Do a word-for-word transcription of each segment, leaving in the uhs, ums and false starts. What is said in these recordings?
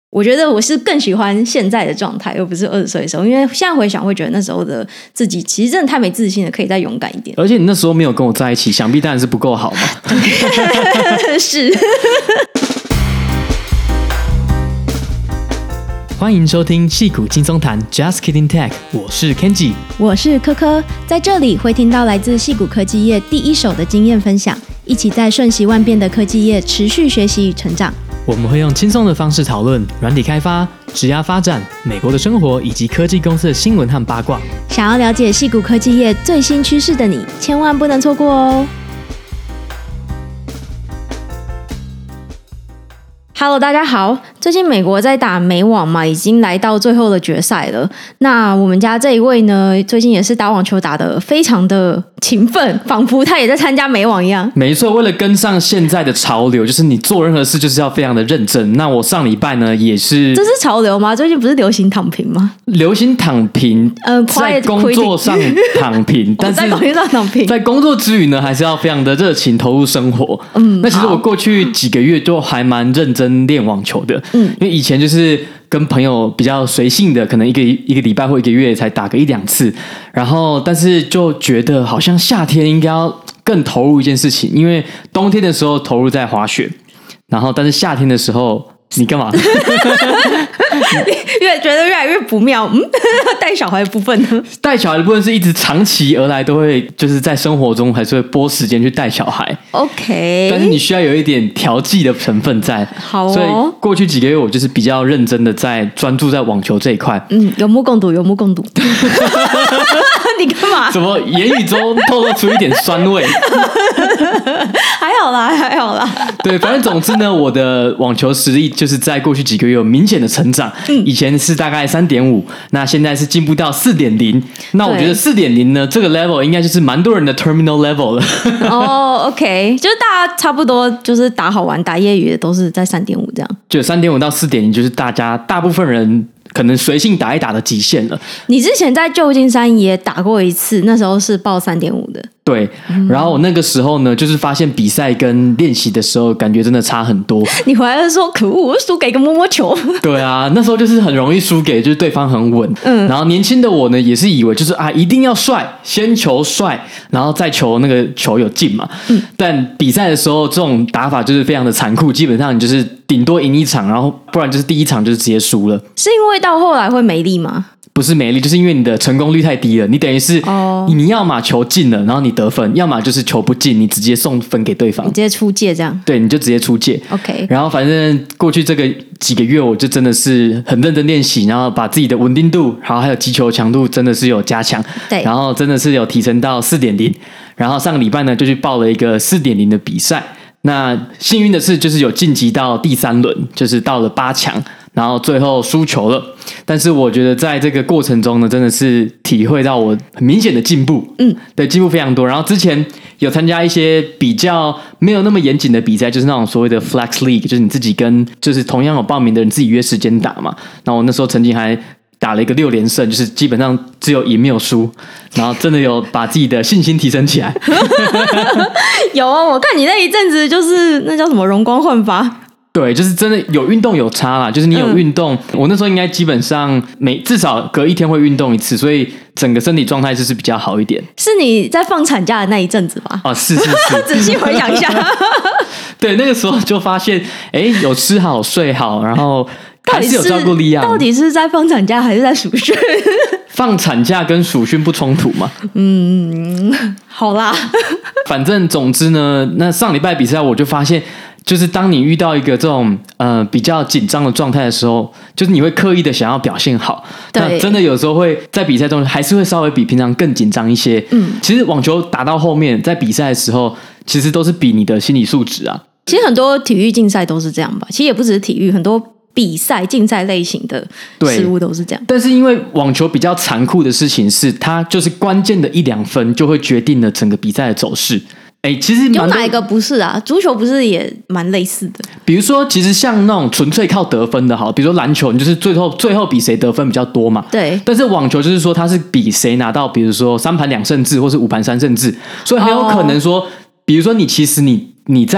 我觉得我是更喜欢现在的状态，而不是二十岁的时候，因为现在回想会觉得那时候的自己其实真的太没自信了，可以再勇敢一点。 而且你那时候没有跟我在一起，想必当然是不够好嘛。 是。 欢迎收听矽谷轻松谈 Just Kidding Tech， 我是 Kenji， 我是柯柯，在这里会听到来自矽谷科技业第一手的经验分享，一起在瞬息万变的科技业持续学习与成长。 我们会用轻松的方式讨论软体开发、职涯发展、美国的生活以及科技公司的新闻和八卦。 想要了解矽谷科技业最新趋势的你，千万不能错过哦。Hello， 大家好。最近美国在打美网嘛，已经来到最后的决赛了。那我们家这一位呢，最近也是打网球打得非常的勤奋，仿佛他也在参加美网一样。 没错，为了跟上现在的潮流，就是你做任何事就是要非常的认真。那我上礼拜呢，也是这是潮流吗？最近不是流行躺平吗？ 流行躺平， 呃， 在工作上躺平，但是在工作上躺平， 在工作之余呢，还是要非常的热情投入生活。嗯，那其实我过去几个月就还蛮认真练网球的，嗯，因为以前就是跟朋友比较随性的，可能一个一个礼拜或一个月才打个一两次，然后但是就觉得好像夏天应该要更投入一件事情，因为冬天的时候投入在滑雪，然后但是夏天的时候。你干嘛？ 越觉得越来越不妙。嗯，带小孩的部分呢？ 带小孩的部分是一直长期而来都会，就是在生活中还是会拨時間去帶小孩。 OK， 但是你需要有一點調劑的成分在。 好哦。 所以過去幾個月我就是比較認真的在專注在網球這一塊。 嗯，有目共睹，有目共睹。你幹嘛？ 怎麼言語中透露出一點酸味？ 還好啦，還好啦。 對，反正總之呢，我的網球實力就是在過去幾個月有明顯的成長。嗯，以前是大概 三點五， 那現在是進步到 四點零。那我覺得 四點零 呢，這個 level 應該就是蠻多人的 terminal level 了。 哦、oh, OK， 就是大家差不多就是打好玩打業餘的都是在 三點五 這樣。 就 三點五 到 四點零 就是大家大部分人可能隨性打一打的極限了。 你之前在舊金山也打過一次，那時候是報 三點五 的。 对，然後我那個時候呢，就是發現比賽跟練習的時候，感覺真的差很多。 你回來就說可惡，我輸給一個摸摸球。 對啊，那時候就是很容易輸給就是對方很穩。嗯，然後年輕的我呢，也是以為就是啊，一定要帥，先求帥，然後再求那個球有進嘛。嗯，但比賽的時候，這種打法就是非常的殘酷，基本上你就是頂多贏一場，然後不然就是第一場就是直接輸了。 是因為到後來會沒力嗎？ 不是沒力，就是因為你的成功率太低了，你等於是、oh. 你要嘛球進了，然後你得分，要麼就是球不進，你直接送分給對方， 你直接出界這樣。 對，你就直接出界。OK， 然後反正過去這個幾個月，我就真的是很認真練習，然後把自己的穩定度，然後還有擊球強度真的是有加強，對，然後真的是有提升到 四點零， 然後上個禮拜呢就去報了一個 四點零 的比賽，那幸運的是就是有晉級到第三輪，就是到了八強。然後最後輸球了，但是我覺得在這個過程中呢，真的是體會到我很明顯的進步，嗯，對，進步非常多。然後之前有參加一些比較沒有那麼嚴謹的比賽，就是那種所謂的 Flex League， 就是你自己跟就是同樣有報名的人自己約時間打嘛。然後我那時候曾經還打了一個六連勝，就是基本上只有贏沒有輸，然後真的有把自己的信心提升起來。 有啊，我看你那一陣子就是那叫什麼容光煥發。 對，就是真的有運動有差啦，就是你有運動、嗯、我那時候應該基本上每至少隔一天會運動一次，所以整個身體狀態就是比較好一點。 是你在放產假的那一陣子吧？ 哦，是是是， 仔細回想一下。 對，那個時候就發現哎，有吃好睡好，然後還是有照顧利亞。 到底是在放產假還是在暑訓？ 放產假跟暑訓不衝突嘛？嗯， 好啦。 反正總之呢，那上禮拜比賽我就發現就是當你遇到一個這種呃比較緊張的狀態的時候，就是你會刻意的想要表現好，那真的有時候會在比賽中還是會稍微比平常更緊張一些。嗯，其實網球打到後面，在比賽的時候，其實都是比你的心理素質啊。 其實很多體育競賽都是這樣吧，其實也不只是體育，很多比賽競賽類型的事物都是這樣。 但是因為網球比較殘酷的事情是，它就是關鍵的一兩分就會決定了整個比賽的走勢。哎，其實有哪一個不是啊？足球不是也蠻類似的？ 比如說，其實像那種純粹靠得分的，好，比如說籃球，你就是最後最後比誰得分比較多嘛。 對。 但是網球就是說，它是比誰拿到，比如說三盤兩勝制，或是五盤三勝制，所以很有可能說，哦、比如說你其實你你在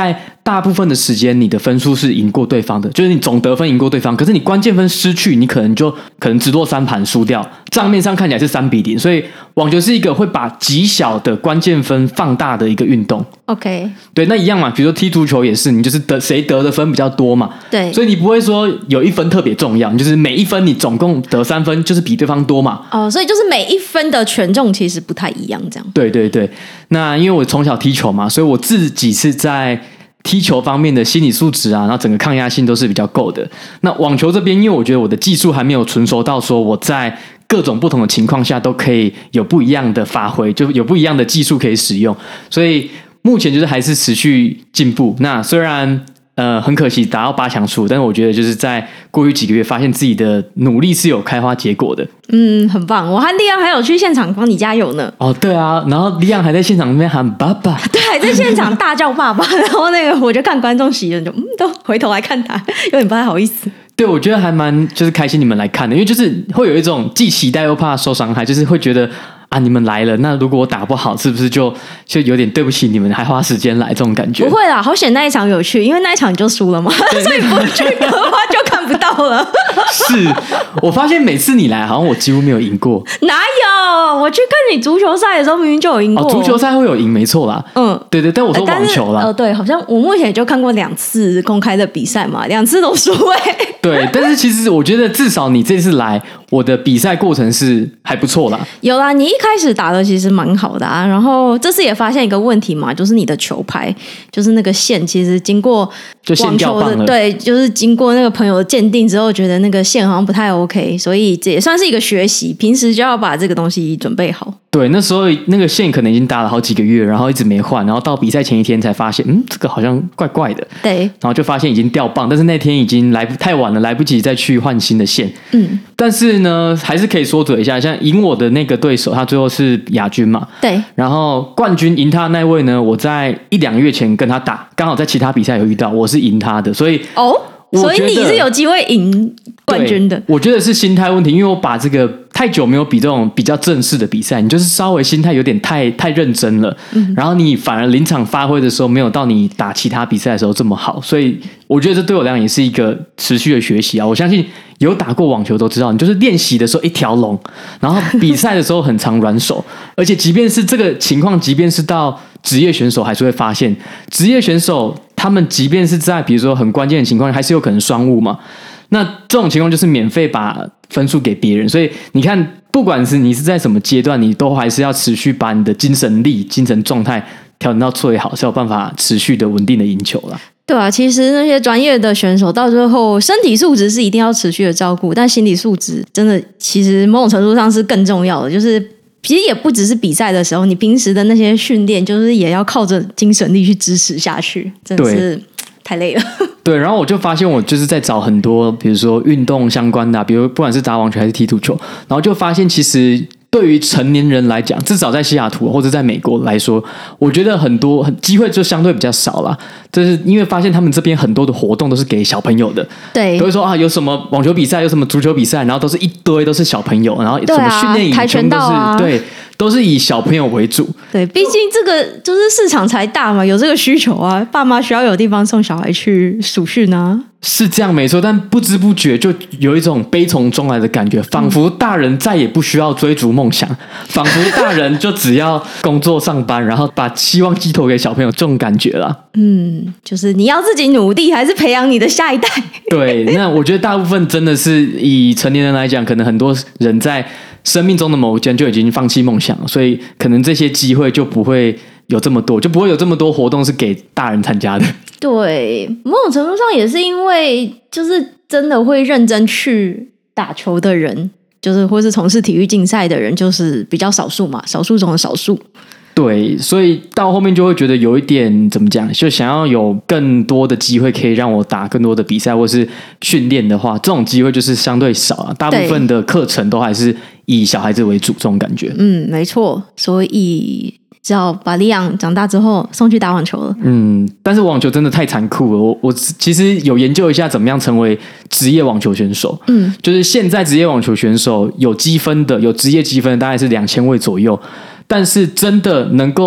大部分的时间你的分数是赢过对方的，就是你总得分赢过对方，可是你关键分失去，你可能就可能直落三盘输掉，账面上看起来是三比零，所以网球是一个会把极小的关键分放大的一个运动。 OK， 对，那一样嘛，比如说踢足球也是，你就是得谁得的分比较多嘛， 对， 所以你不会说有一分特别重要，你就是每一分你总共得三分，就是比对方多嘛。 哦，所以就是每一分的权重其实不太一样，这样。 对对对，那因为我从小踢球嘛，所以我自己是在踢球方面的心理素质啊，然后整个抗压性都是比较够的。那网球这边，因为我觉得我的技术还没有纯熟到说我在各种不同的情况下都可以有不一样的发挥，就有不一样的技术可以使用，所以目前就是还是持续进步。那虽然呃很可惜达到八强输，但是我觉得就是在过去几个月发现自己的努力是有开花结果的。 嗯，很棒。我和利昂还有去现场帮你加油呢。 哦，对啊，然后利昂还在现场那边喊爸爸， 对，还在现场大叫爸爸，然后那个我就看观众席人就嗯都回头来看他，有点不太好意思。 对，我觉得还蛮就是开心你们来看的，因为就是会有一种既期待又怕受伤害，就是会觉得啊你们来了，那如果我打不好，是不是就就有点对不起你们，还花时间来这种感觉？ 不会啦，好险那一场有趣，因为那一场你就输了嘛，所以不去的话就看不到了。 是我发现每次你来，好像我几乎没有赢过。 哪有？我去看你足球赛的时候，明明就有赢过。 哦，足球赛会有赢，没错啦。嗯，对对，但我说网球啦。 呃，对，好像我目前也就看过两次公开的比赛嘛，两次都输哎。 对，但是其实我觉得至少你这次来，我的比赛过程是还不错啦。 有啦，你一开始打的其实蛮好的啊，然后这次也发现一个问题嘛，就是你的球拍，就是那个线，其实经过网球的对，就是经过那个朋友的鉴定之后，觉得那个线好像不太 OK， 所以这也算是一个学习，平时就要把这个东西准备好。 对，那时候那个线可能已经打了好几个月，然后一直没换，然后到比赛前一天才发现，嗯，这个好像怪怪的。 对， 然后就发现已经掉棒，但是那天已经来不太晚了，来不及再去换新的线。嗯，但是呢，还是可以说嘴一下，像赢我的那个对手，他最后是亚军嘛。 对， 然后冠军赢他那位呢，我在一两个月前跟他打，刚好在其他比赛有遇到，我是赢他的，所以哦，所以你是有机会赢冠军的。 我觉得是心态问题，因为我把这个太久没有比这种比较正式的比赛，你就是稍微心态有点太太认真了，嗯，然后你反而临场发挥的时候没有到你打其他比赛的时候这么好，所以我觉得这对我来讲也是一个持续的学习啊。我相信有打过网球都知道，你就是练习的时候一条龙，然后比赛的时候很常软手，而且即便是这个情况，即便是到职业选手还是会发现，职业选手他们即便是在比如说很关键的情况，还是有可能双误嘛。那这种情况就是免费把分数给别人，所以你看，不管是你是在什么阶段，你都还是要持续把你的精神力、精神状态调整到最好，才有办法持续的稳定的赢球啦。 对啊，其实那些专业的选手到最后，身体素质是一定要持续的照顾，但心理素质真的其实某种程度上是更重要的，就是其实也不只是比赛的时候，你平时的那些训练，就是也要靠着精神力去支持下去，真的是太累了。 对，然后我就发现我就是在找很多，比如说运动相关的、啊，比如不管是打网球还是踢足球，然后就发现其实对于成年人来讲，至少在西雅图或者在美国来说，我觉得很多机会就相对比较少啦。就是因为发现他们这边很多的活动都是给小朋友的， 对， 都会说啊有什么网球比赛，有什么足球比赛，然后都是一堆都是小朋友，然后什么训练营全都是、啊、对，都是以小朋友为主。 对，毕竟这个就是市场才大嘛，有这个需求啊，爸妈需要有地方送小孩去暑训啊。 是这样没错，但不知不觉就有一种悲从中来的感觉，仿佛大人再也不需要追逐梦想，仿佛大人就只要工作上班，然后把希望寄托给小朋友，这种感觉啦。 嗯，就是你要自己努力，还是培养你的下一代？ 对，那我觉得大部分真的是以成年人来讲，可能很多人在生命中的某一天就已经放弃梦想了，所以可能这些机会就不会有这么多，就不会有这么多活动是给大人参加的。 对，某种程度上也是因为就是真的会认真去打球的人，就是或是从事体育竞赛的人，就是比较少数嘛，少数中的少数。 对，所以到后面就会觉得有一点怎么讲，就想要有更多的机会可以让我打更多的比赛或是训练的话，这种机会就是相对少了，大部分的课程都还是以小孩子为主，这种感觉。 嗯，没错，所以只要把利昂长大之后送去打网球了。 嗯，但是网球真的太残酷了。我我其实有研究一下怎么样成为职业网球选手。嗯，就是现在职业网球选手有积分的，有职业积分的大概是两千位左右，但是真的能够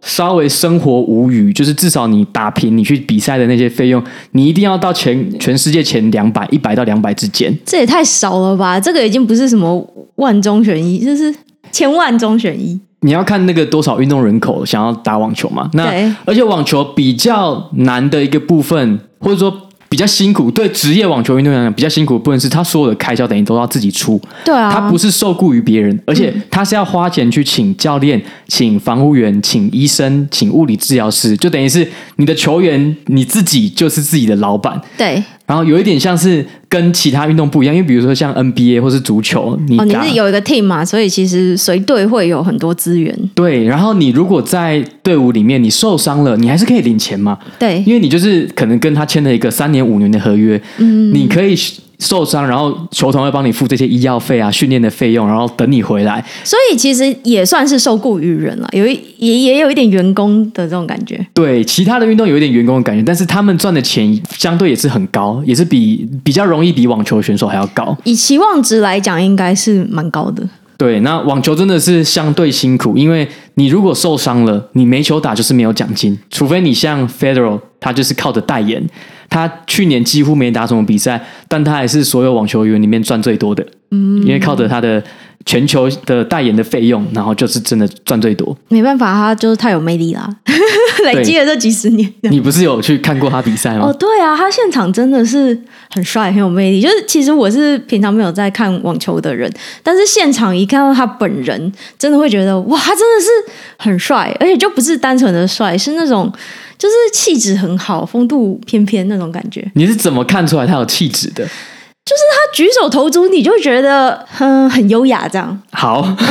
稍微生活无虞，就是至少你打平你去比赛的那些费用，你一定要到全全世界前两百，一百到两百之间。 这也太少了吧？这个已经不是什么万中选一，这是千万中选一。 你要看那个多少运动人口想要打网球嘛？那而且网球比较难的一个部分，或者说比较辛苦，对职业网球运动员来讲比较辛苦的部分是，他所有的开销等于都要自己出。 对啊， 他不是受雇于别人，而且他是要花钱去请教练、请防护员、请医生、请物理治疗师，就等于是你的球员你自己就是自己的老板。 对。 然后有一点像是跟其他运动不一样，因为比如说像 N B A 或是足球，你哦你是有一个 team 嘛，所以其实随队会有很多资源。 对，然后你如果在队伍里面你受伤了，你还是可以领钱嘛。 对， 因为你就是可能跟他签了一个三年五年的合约，嗯，你可以受伤，然后球团会帮你付这些医药费啊、训练的费用，然后等你回来。 所以其实也算是受雇于人了，有一也也有一点员工的这种感觉。 对，其他的运动有一点员工的感觉，但是他们赚的钱相对也是很高，也是比比较容易比网球选手还要高。 以期望值来讲，应该是蛮高的。 对，那网球真的是相对辛苦，因为你如果受伤了，你没球打就是没有奖金，除非你像 Federer， 他就是靠着代言。他去年几乎没打什么比赛，但他还是所有网球员里面赚最多的，嗯，因为靠着他的全球的代言的费用，然后就是真的赚最多。 没办法，他就是太有魅力啦，累积了这几十年。 你不是有去看过他比赛吗？ 哦，对啊，他现场真的是很帅，很有魅力。就是其实我是平常没有在看网球的人，但是现场一看到他本人，真的会觉得哇，他真的是很帅，而且就不是单纯的帅，是那种。就是气质很好，风度翩翩那种感觉。 你是怎么看出来他有气质的？ 就是他举手投足，你就觉得嗯很优雅这样。 好，嗯、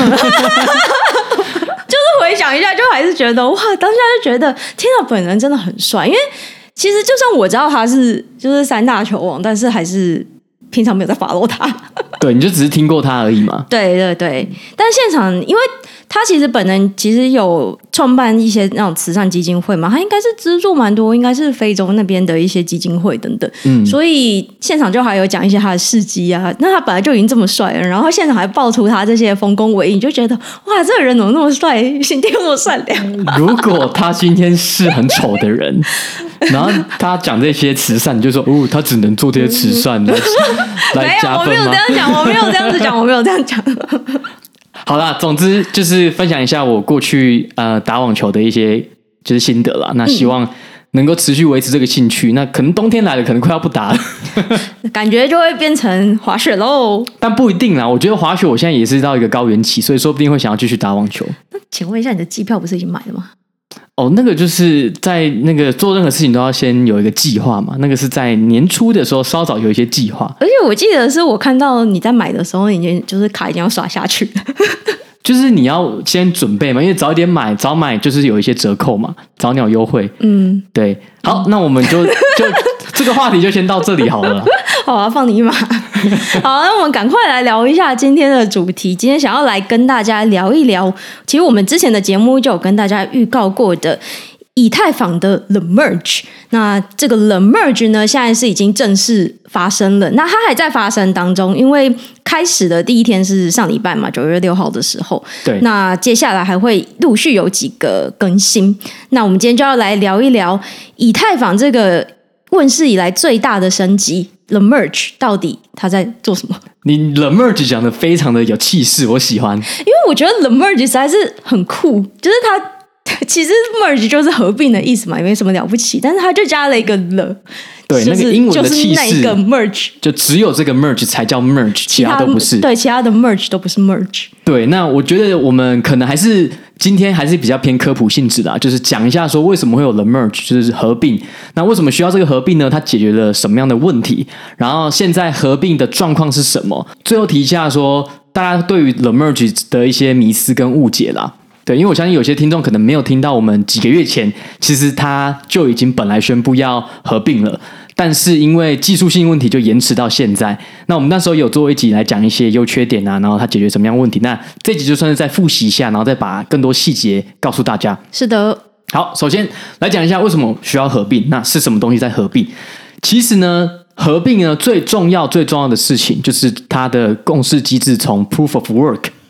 就是回想一下，就还是觉得哇，当下就觉得天哪，本人真的很帅。因为其实就算我知道他是就是三大球王，但是还是平常没有在 follow 他。 对，你就只是听过他而已嘛。 对对对，但现场因为。他其实本人其实有创办一些那种慈善基金会嘛，他应该是资助蛮多，应该是非洲那边的一些基金会等等，嗯，所以现场就还有讲一些他的事迹啊。那他本来就已经这么帅了，然后现场还爆出他这些丰功伟业，你就觉得哇，这个人怎么那么帅，心地那么善良。 如果他今天是很丑的人，然后他讲这些慈善，你就说哦，他只能做这些慈善来来加分吗？ 没有，我没有这样讲，我没有这样子讲，我没有这样讲。 好啦，总之就是分享一下我过去呃打网球的一些就是心得啦。那希望能够持续维持这个兴趣。嗯、那可能冬天来了，可能快要不打了， 感觉就会变成滑雪喽。 但不一定啦，我觉得滑雪我现在也是到一个高原期，所以说不定会想要继续打网球。 那请问一下，你的机票不是已经买了吗？ 哦，那个就是在那个做任何事情都要先有一个计划嘛。那个是在年初的时候稍早有一些计划， 而且我记得是我看到你在买的时候，已经就是卡已经要刷下去了。 就是你要先准备嘛，因为早一点买，早买就是有一些折扣嘛，早鸟优惠。嗯，对。好，那我们就就这个话题就先到这里好了。 好啊，放你一马。好，那我们赶快来聊一下今天的主题。今天想要来跟大家聊一聊，其实我们之前的节目就有跟大家预告过的以太坊的 The Merge。那这个 The Merge 呢，现在是已经正式发生了。那它还在发生当中，因为开始的第一天是上礼拜嘛，九月六号的时候。 对。 那接下来还会陆续有几个更新。那我们今天就要来聊一聊以太坊这个问世以来最大的升级 The Merge 到底它在做什么？ 你 The Merge 讲的非常的有气势，我喜欢。因为我觉得 The Merge 实在是很酷，就是它。其实 merge 就是合并的意思嘛，也没什么了不起，但是他就加了一个 the， 对、就是、那个英文的气势， 就是那一个 merge， 就只有这个 merge 才叫 merge， 其他都不是。 对，其他的 merge 都不是 merge。 对，那我觉得我们可能还是今天还是比较偏科普性质的、啊，就是讲一下说为什么会有 the merge， 就是合并。那为什么需要这个合并呢？它解决了什么样的问题？然后现在合并的状况是什么？最后提一下说，大家对于 the merge 的一些迷思跟误解啦。对，因为我相信有些听众可能没有听到，我们几个月前其实他就已经本来宣布要合并了，但是因为技术性问题就延迟到现在。那我们那时候有做一集来讲一些优缺点啊，然后它解决什么样的问题。那这集就算是再复习一下，然后再把更多细节告诉大家。 是的。 好，首先来讲一下为什么需要合并，那是什么东西在合并？其实呢，合并呢最重要最重要的事情就是它的共识机制从 Proof of Work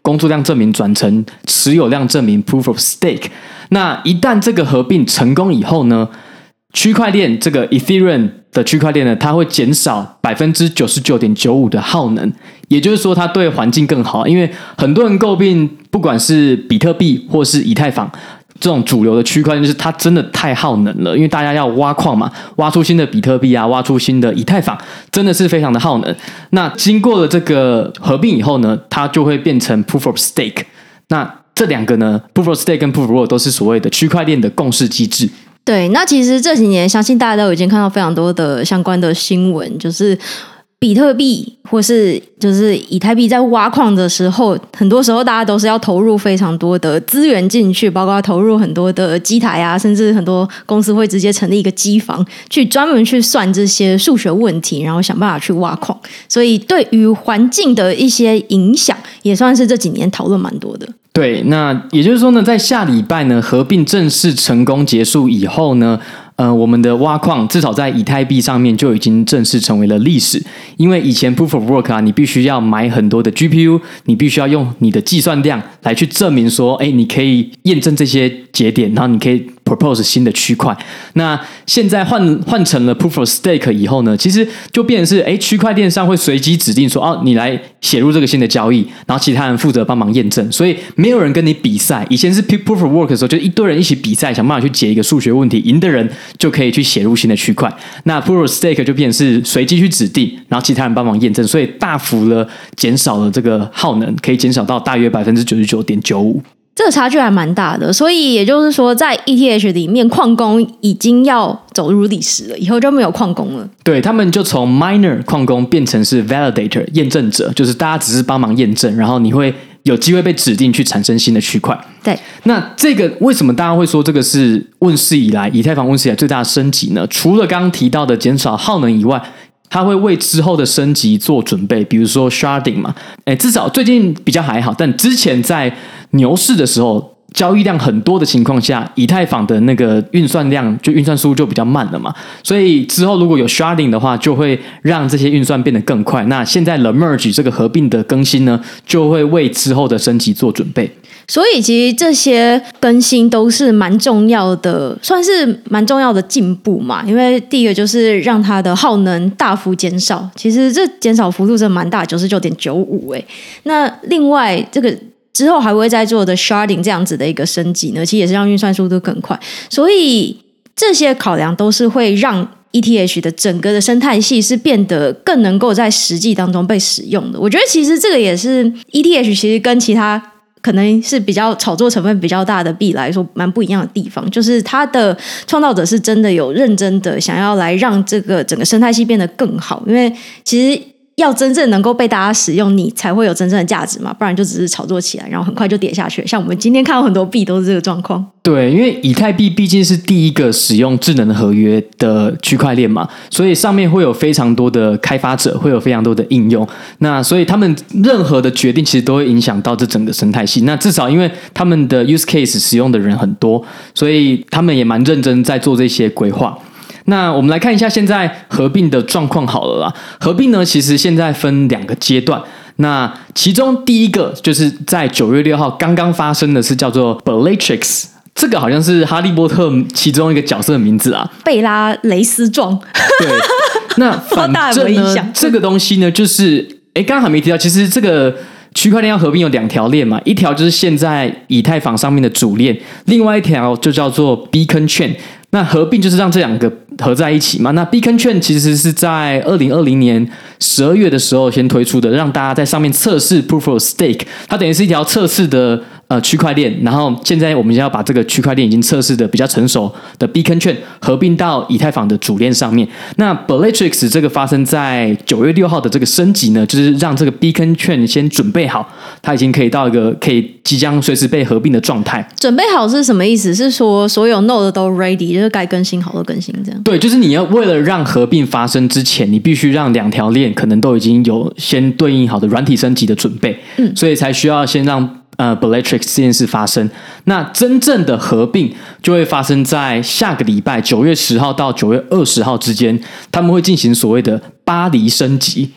工作量证明转成持有量证明 Proof of Stake。那一旦这个合并成功以后呢，区块链这个 Ethereum 的区块链呢，它会减少 百分之九十九点九五 的耗能，也就是说它对环境更好。因为很多人诟病不管是比特币或是以太坊这种主流的区块链，就是它真的太耗能了，因为大家要挖矿嘛，挖出新的比特币啊，挖出新的以太坊，真的是非常的耗能。那经过了这个合并以后呢，它就会变成 Proof of Stake。那这两个呢 Proof of Stake 跟 Proof of Work 都是所谓的区块链的共识机制。 对，那其实这几年相信大家都已经看到非常多的相关的新闻，就是比特币或是就是以太币在挖矿的时候，很多时候大家都是要投入非常多的资源进去，包括投入很多的机台啊，甚至很多公司会直接成立一个机房去专门去算这些数学问题，然后想办法去挖矿。所以对于环境的一些影响也算是这几年讨论蛮多的。 对，那也就是说呢，在下礼拜呢，合并正式成功结束以后呢，呃，我们的挖矿至少在以太币上面就已经正式成为了历史。因为以前 Proof of Work 啊，你必须要买很多的 G P U， 你必须要用你的计算量来去证明说，哎，你可以验证这些节点，然后你可以 propose 新的区块。那现在换换成了 Proof of Stake 以后呢，其实就变成是，哎，区块链上会随机指定说，哦，你来写入这个新的交易，然后其他人负责帮忙验证，所以没有人跟你比赛。以前是 Proof of Work 的时候，就一堆人一起比赛，想办法去解一个数学问题，赢的人就可以去写入新的区块。那 Proof of Stake 就变成是随机去指定，然后其他人帮忙验证，所以大幅的减少了这个耗能，可以减少到大约 百分之九十九点九五。 这个差距还蛮大的，所以也就是说在 E T H 里面矿工已经要走入历史了，以后就没有矿工了。 对，他们就从 miner 矿工变成是 validator 验证者，就是大家只是帮忙验证，然后你会有机会被指定去产生新的区块。 对， 那这个为什么大家会说这个是问世以来以太坊问世以来最大的升级呢？除了刚刚提到的减少耗能以外，它会为之后的升级做准备，比如说 sharding 嘛，诶，至少最近比较还好，但之前在牛市的时候，交易量很多的情况下，以太坊的那个运算量就运算速度就比较慢了嘛，所以之后如果有 sharding 的话，就会让这些运算变得更快。那现在 the merge 这个合并的更新呢，就会为之后的升级做准备。 所以其实这些更新都是蛮重要的，算是蛮重要的进步嘛。因为第一个就是让它的耗能大幅减少，其实这减少幅度真的蛮大， 九十九点九五 哎。那另外这个之后还会再做的 sharding 这样子的一个升级呢，其实也是让运算速度更快。所以这些考量都是会让 E T H 的整个的生态系是变得更能够在实际当中被使用的。我觉得其实这个也是 E T H 其实跟其他可能是比较炒作成分比较大的币来说蛮不一样的地方，就是它的创造者是真的有认真的想要来让这个整个生态系变得更好。因为其实要真正能够被大家使用，你才会有真正的价值嘛，不然就只是炒作起来然后很快就跌下去。像我们今天看到很多币都是这个状况。 对，因为以太币毕竟是第一个使用智能合约的区块链嘛，所以上面会有非常多的开发者，会有非常多的应用，那所以他们任何的决定其实都会影响到这整个生态系。那至少因为他们的 use case 使用的人很多，所以他们也蛮认真在做这些规划。那我们来看一下现在合并的状况好了啦。合并呢，其实现在分两个阶段。那其中第一个就是在九月六号刚刚发生的是叫做 Bellatrix， 这个好像是哈利波特其中一个角色的名字啊， 贝拉雷斯壮。对， 那反正呢，这个东西呢，就是哎，刚刚还没提到，其实这个区块链要合并有两条链嘛，一条就是现在以太坊上面的主链，另外一条就叫做 Beacon Chain。那合并就是让这两个合在一起嘛。那 Beacon Chain 其实是在二零二零年十二月的时候先推出的，让大家在上面测试 Proof of Stake， 它等于是一条测试的呃区块链。然后现在我们要把这个区块链已经测试的比较成熟的 Beacon Chain 合并到以太坊的主链上面。那 Bellatrix 这个发生在九月六号的这个升级呢，就是让这个 Beacon Chain 先准备好，它已经可以到一个可以即将随时被合并的状态。 准备好是什么意思？是说所有 node 都 ready， 就是该更新好都更新这样？ 对，就是你要为了让合并发生之前，你必须让两条链可能都已经有先对应好的软体升级的准备，嗯，所以才需要先让呃 Bellatrix 这件事发生。那真正的合并就会发生在下个礼拜九月十号到九月二十号之间，他们会进行所谓的巴黎升级。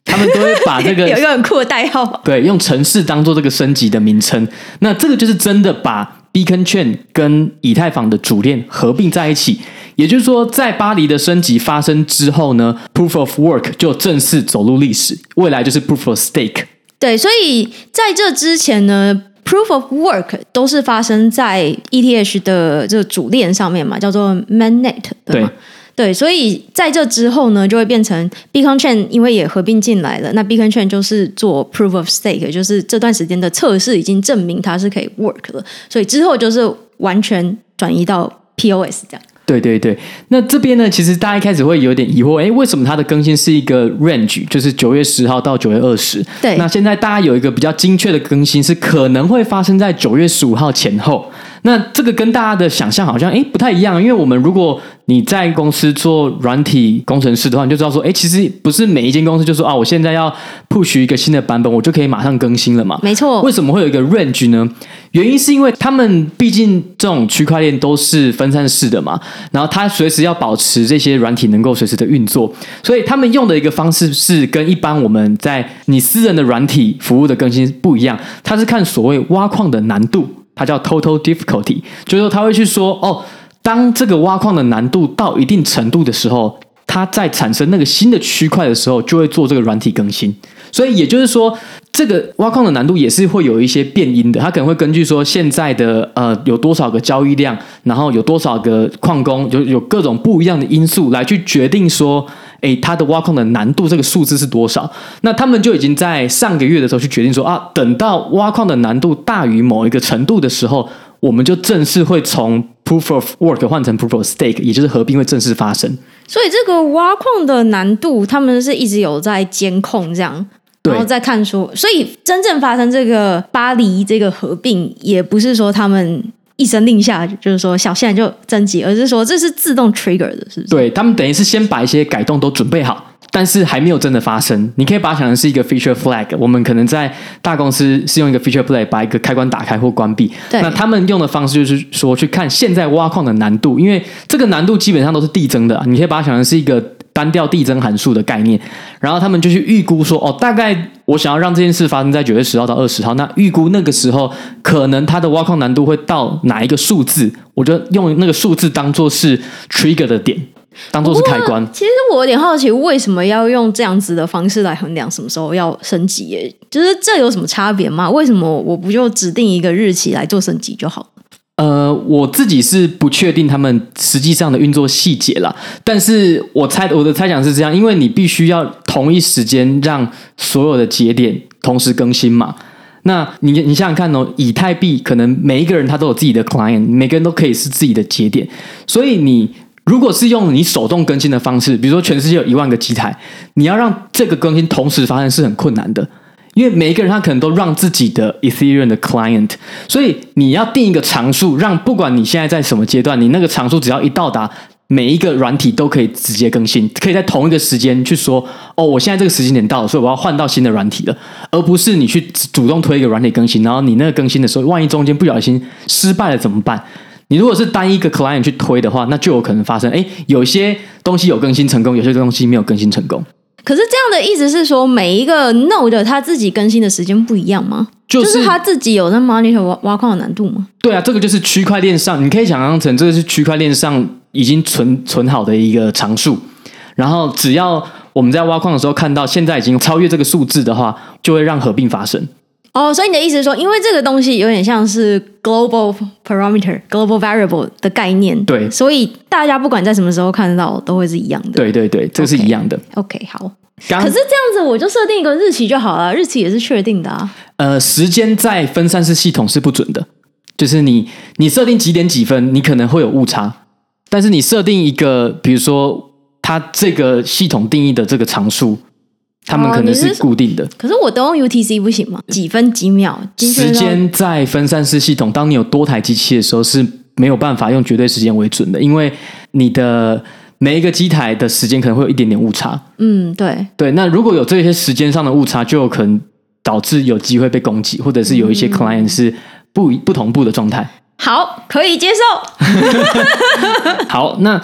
他们都会把这个有一个很酷的代号， 对，用程式当做这个升级的名称。那这个就是真的把 Beacon Chain 跟以太坊的主链合并在一起。也就是说，在巴黎的升级发生之后呢 ，Proof of Work 就正式走入历史，未来就是 Proof of Stake。对， 所以在这之前呢 ，Proof of Work 都是发生在 E T H 的这个主链上面嘛，叫做 Mainnet， 对吗？对，对，所以在这之后呢，就会变成 Beacon Chain， 因为也合并进来了。那 Beacon Chain 就是做 Proof of Stake， 就是这段时间的测试已经证明它是可以 work 了，所以之后就是完全转移到 P O S 这样。 对对对，那这边呢，其实大家一开始会有点疑惑，哎，为什么它的更新是一个 range， 就是九月十号到九月二十？ 对， 那现在大家有一个比较精确的更新，是可能会发生在九月十五号前后。那这个跟大家的想象好像哎不太一样，因为我们如果你在公司做软体工程师的话，你就知道说，哎，其实不是每一间公司就说啊，我现在要 push 一个新的版本，我就可以马上更新了嘛。 没错。 为什么会有一个 range 呢？原因是因为他们毕竟这种区块链都是分散式的嘛，然后它随时要保持这些软体能够随时的运作，所以他们用的一个方式是跟一般我们在你私人的软体服务的更新不一样，它是看所谓挖矿的难度。它叫 total difficulty， 就是说他会去说哦，当这个挖矿的难度到一定程度的时候，它在产生那个新的区块的时候，就会做这个软体更新。所以也就是说，这个挖矿的难度也是会有一些变因的，它可能会根据说现在的呃有多少个交易量，然后有多少个矿工，有有各种不一样的因素来去决定说，哎，它的挖矿的难度这个数字是多少？那他们就已经在上个月的时候去决定说啊，等到挖矿的难度大于某一个程度的时候，我们就正式会从 Proof of Work 换成 Proof of Stake， 也就是合并会正式发生。 所以这个挖矿的难度，他们是一直有在监控这样。然后再看说，所以真正发生这个巴黎这个合并，也不是说他们一声令下，就是说小现在就征集，而是说这是自动 trigger 的，是不是？ 对，他们等于是先把一些改动都准备好，但是还没有真的发生。你可以把它想成是一个 feature flag， 我们可能在大公司是用一个 feature flag 把一个开关打开或关闭。那他们用的方式就是说去看现在挖矿的难度，因为这个难度基本上都是递增的，你可以把它想成是一个单调递增函数的概念，然后他们就去预估说，哦，大概我想要让这件事发生在九月十号到二十号，那预估那个时候可能它的挖矿难度会到哪一个数字，我就用那个数字当作是 trigger 的点，当作是开关。 其实我有点好奇，为什么要用这样子的方式来衡量什么时候要升级耶？就是这有什么差别吗？为什么我不就指定一个日期来做升级就好了？ 呃，我自己是不确定他们实际上的运作细节啦，但是我猜我的猜想是这样，因为你必须要同一时间让所有的节点同时更新嘛。那你你想想看哦，以太币可能每一个人他都有自己的 client， 每个人都可以是自己的节点，所以你如果是用你手动更新的方式，比如说全世界有一万个机台，你要让这个更新同时发生是很困难的。因为每一个人他可能都让自己的 Ethereum 的 client， 所以你要定一个常数，让不管你现在在什么阶段，你那个常数只要一到达，每一个软体都可以直接更新，可以在同一个时间去说，哦，我现在这个时间点到了，所以我要换到新的软体了，而不是你去主动推一个软体更新，然后你那个更新的时候，万一中间不小心失败了怎么办？你如果是单一个 client 去推的话，那就有可能发生，哎，有些东西有更新成功，有些东西没有更新成功。 可是这样的意思是说，每一个 node 它自己更新的时间不一样吗？就是、就是他自己有在 monitor 挖, 挖矿的难度吗？ 对啊，这个就是区块链上，你可以想象成这个是区块链上已经存存好的一个常数，然后只要我们在挖矿的时候看到现在已经超越这个数字的话，就会让合并发生。 哦，所以你的意思是说，因为这个东西有点像是 global parameter、global variable 的概念， 对， 所以大家不管在什么时候看得到，都会是一样的。 对对对，这是一样的。 OK，, okay 好。可是这样子，我就设定一个日期就好了，日期也是确定的啊。 呃，时间在分散式系统是不准的，就是你你设定几点几分，你可能会有误差，但是你设定一个，比如说它这个系统定义的这个常数。他们可能是固定的、哦、 是可是我都用 U T C 不行吗？几分几秒时间在分散式系统，当你有多台机器的时候是没有办法用绝对时间为准的，因为你的每一个机台的时间可能会有一点点误差。 嗯，对对，那如果有这些时间上的误差，就有可能导致有机会被攻击，或者是有一些 client 是不不同步的状态。 好，可以接受。 好，那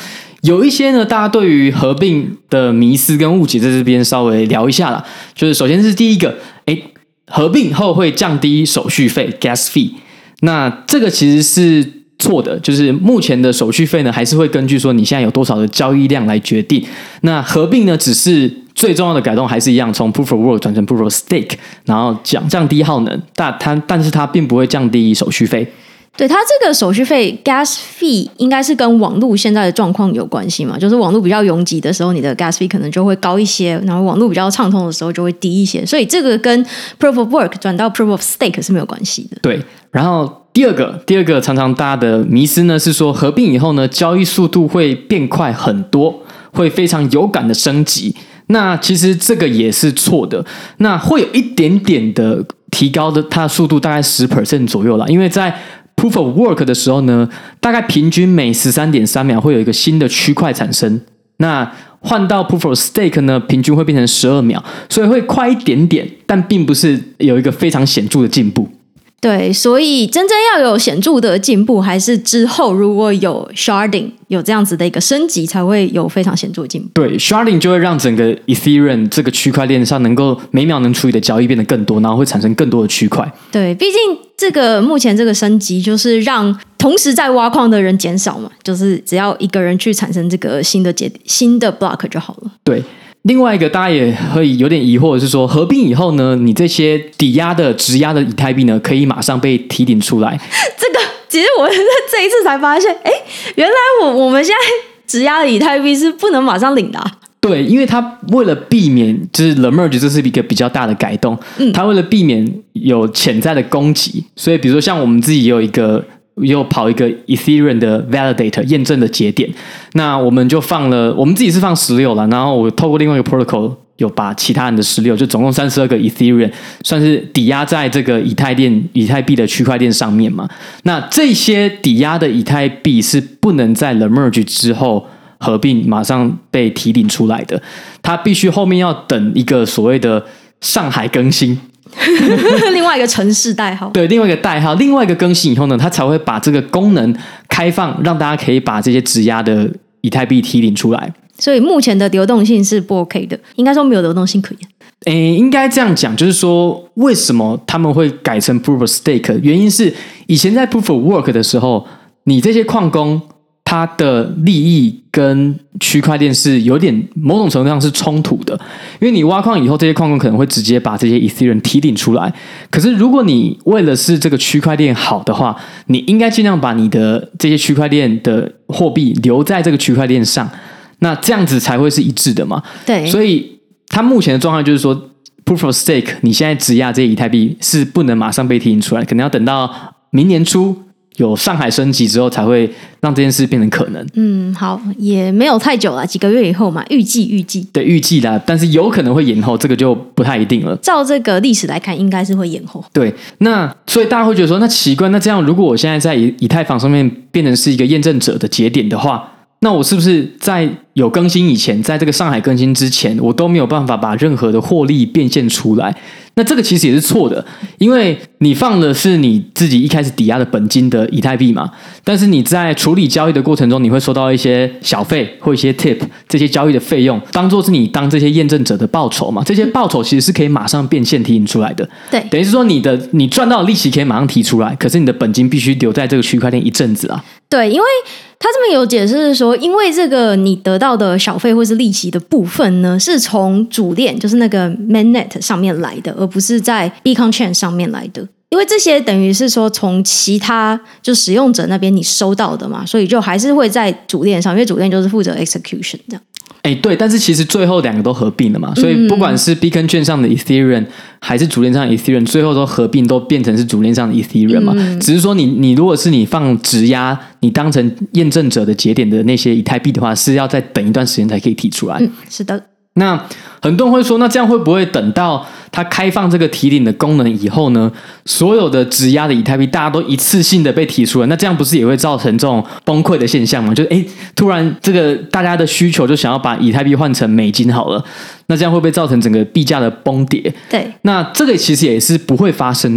有一些呢，大家对于合并的迷思跟误解，在这边稍微聊一下啦。就是首先是第一个，哎，合并后会降低手续费 gas fee， 那这个其实是错的，就是目前的手续费呢，还是会根据说你现在有多少的交易量来决定。那合并呢，只是最重要的改动还是一样，从 Proof of Work 转成 Proof of Stake， 然后降降低耗能，但它但是它并不会降低手续费。 对，它这个手续费 gas fee 应该是跟网络现在的状况有关系嘛，就是网络比较拥挤的时候，你的 gas fee 可能就会高一些，然后网络比较畅通的时候就会低一些，所以这个跟 Proof of Work 转到 Proof of Stake 是没有关系的。 对，然后第二个第二个常常大家的迷思呢是说，合并以后呢，交易速度会变快很多，会非常有感的升级。那其实这个也是错的，那会有一点点的提高的，它的速度大概 百分之十 左右啦，因为在Proof of Work 的时候呢，大概平均每 十三点三秒会有一个新的区块产生。那换到 Proof of Stake 呢，平均会变成十二秒，所以会快一点点，但并不是有一个非常显著的进步。 对，所以真正要有显著的进步，还是之后如果有 sharding 有这样子的一个升级，才会有非常显著的进步。 对 ，sharding 就会让整个 Ethereum 这个区块链上能够每秒能处理的交易变得更多，然后会产生更多的区块。 对，毕竟这个目前这个升级就是让同时在挖矿的人减少嘛，就是只要一个人去产生这个新的节新的 block 就好了。 对。另外一个大家也会有点疑惑的是说，合并以后呢，你这些抵押的质押的以太币呢，可以马上被提领出来。 这个其实我这一次才发现，哎，原来我我们现在质押的以太币是不能马上领的啊。 对，因为它为了避免就是 the merge 这是一个比较大的改动，嗯，它为了避免有潜在的攻击，所以比如说像我们自己也有一个。又跑一个 Ethereum 的 validator 验证的节点，那我们就放了，我们自己是放十六了，然后我透过另外一个 protocol 有把其他人的十六，就总共三十二个 Ethereum 算是抵押在这个以太链、以太币的区块链上面嘛。那这些抵押的以太币是不能在 the merge 之后合并马上被提领出来的，它必须后面要等一个所谓的上海更新。 另外一个城市代号， 对，另外一个代号，另外一个更新以后呢，它才会把这个功能开放，让大家可以把这些质押的以太币提领出来。 所以目前的流动性是不 OK 的，应该说没有流动性可言。 诶，应该这样讲，就是说为什么他们会改成 Proof of Stake？ 原因是以前在 Proof of Work 的时候，你这些矿工它的利益跟区块链是有点某种程度上是冲突的，因为你挖矿以后，这些矿工可能会直接把这些 Ethereum 提领出来。可是如果你为了是这个区块链好的话，你应该尽量把你的这些区块链的货币留在这个区块链上，那这样子才会是一致的嘛。 对， 所以它目前的状况就是说 ，Proof of Stake 你现在质押这些以太币是不能马上被提领出来，可能要等到明年初。有上海升级之后，才会让这件事变成可能。 嗯，好，也没有太久了，几个月以后嘛，预计预计。 对，预计啦，但是有可能会延后，这个就不太一定了。 照这个历史来看，应该是会延后。 对，那所以大家会觉得说，那奇怪，那这样如果我现在在以以太坊上面变成是一个验证者的节点的话，那我是不是在有更新以前，在这个上海更新之前，我都没有办法把任何的获利变现出来？那这个其实也是错的，因为你放的是你自己一开始抵押的本金的以太币嘛，但是你在处理交易的过程中，你会收到一些小费或一些 tip， 这些交易的费用当做是你当这些验证者的报酬嘛，这些报酬其实是可以马上变现提领出来的。 对， 等于是说你的你赚到的利息可以马上提出来，可是你的本金必须留在这个区块链一阵子啊。 对，因为他这边有解释说，因为这个你得到的小费或是利息的部分呢，是从主链，就是那个 mainnet 上面来的，而不是在 Beacon Chain 上面来的。因为这些等于是说从其他就使用者那边你收到的嘛，所以就还是会在主链上，因为主链就是负责 execution 这样。 哎，对，但是其实最后两个都合并了嘛，所以不管是 Beacon 券上的 Ethereum 还是主链上的 Ethereum， 最后都合并，都变成是主链上的 Ethereum 嘛。嗯、只是说你你如果是你放质押，你当成验证者的节点的那些以太币的话，是要再等一段时间才可以提出来。 嗯，是的。 那很多人会说，那这样会不会等到它开放这个提领的功能以后呢，所有的质押的以太币大家都一次性的被提出来，那这样不是也会造成这种崩溃的现象吗？就是诶突然这个大家的需求就想要把以太币换成美金好了，那这样会不会造成整个币价的崩跌？ 对， 那这个其实也是不会发生的，因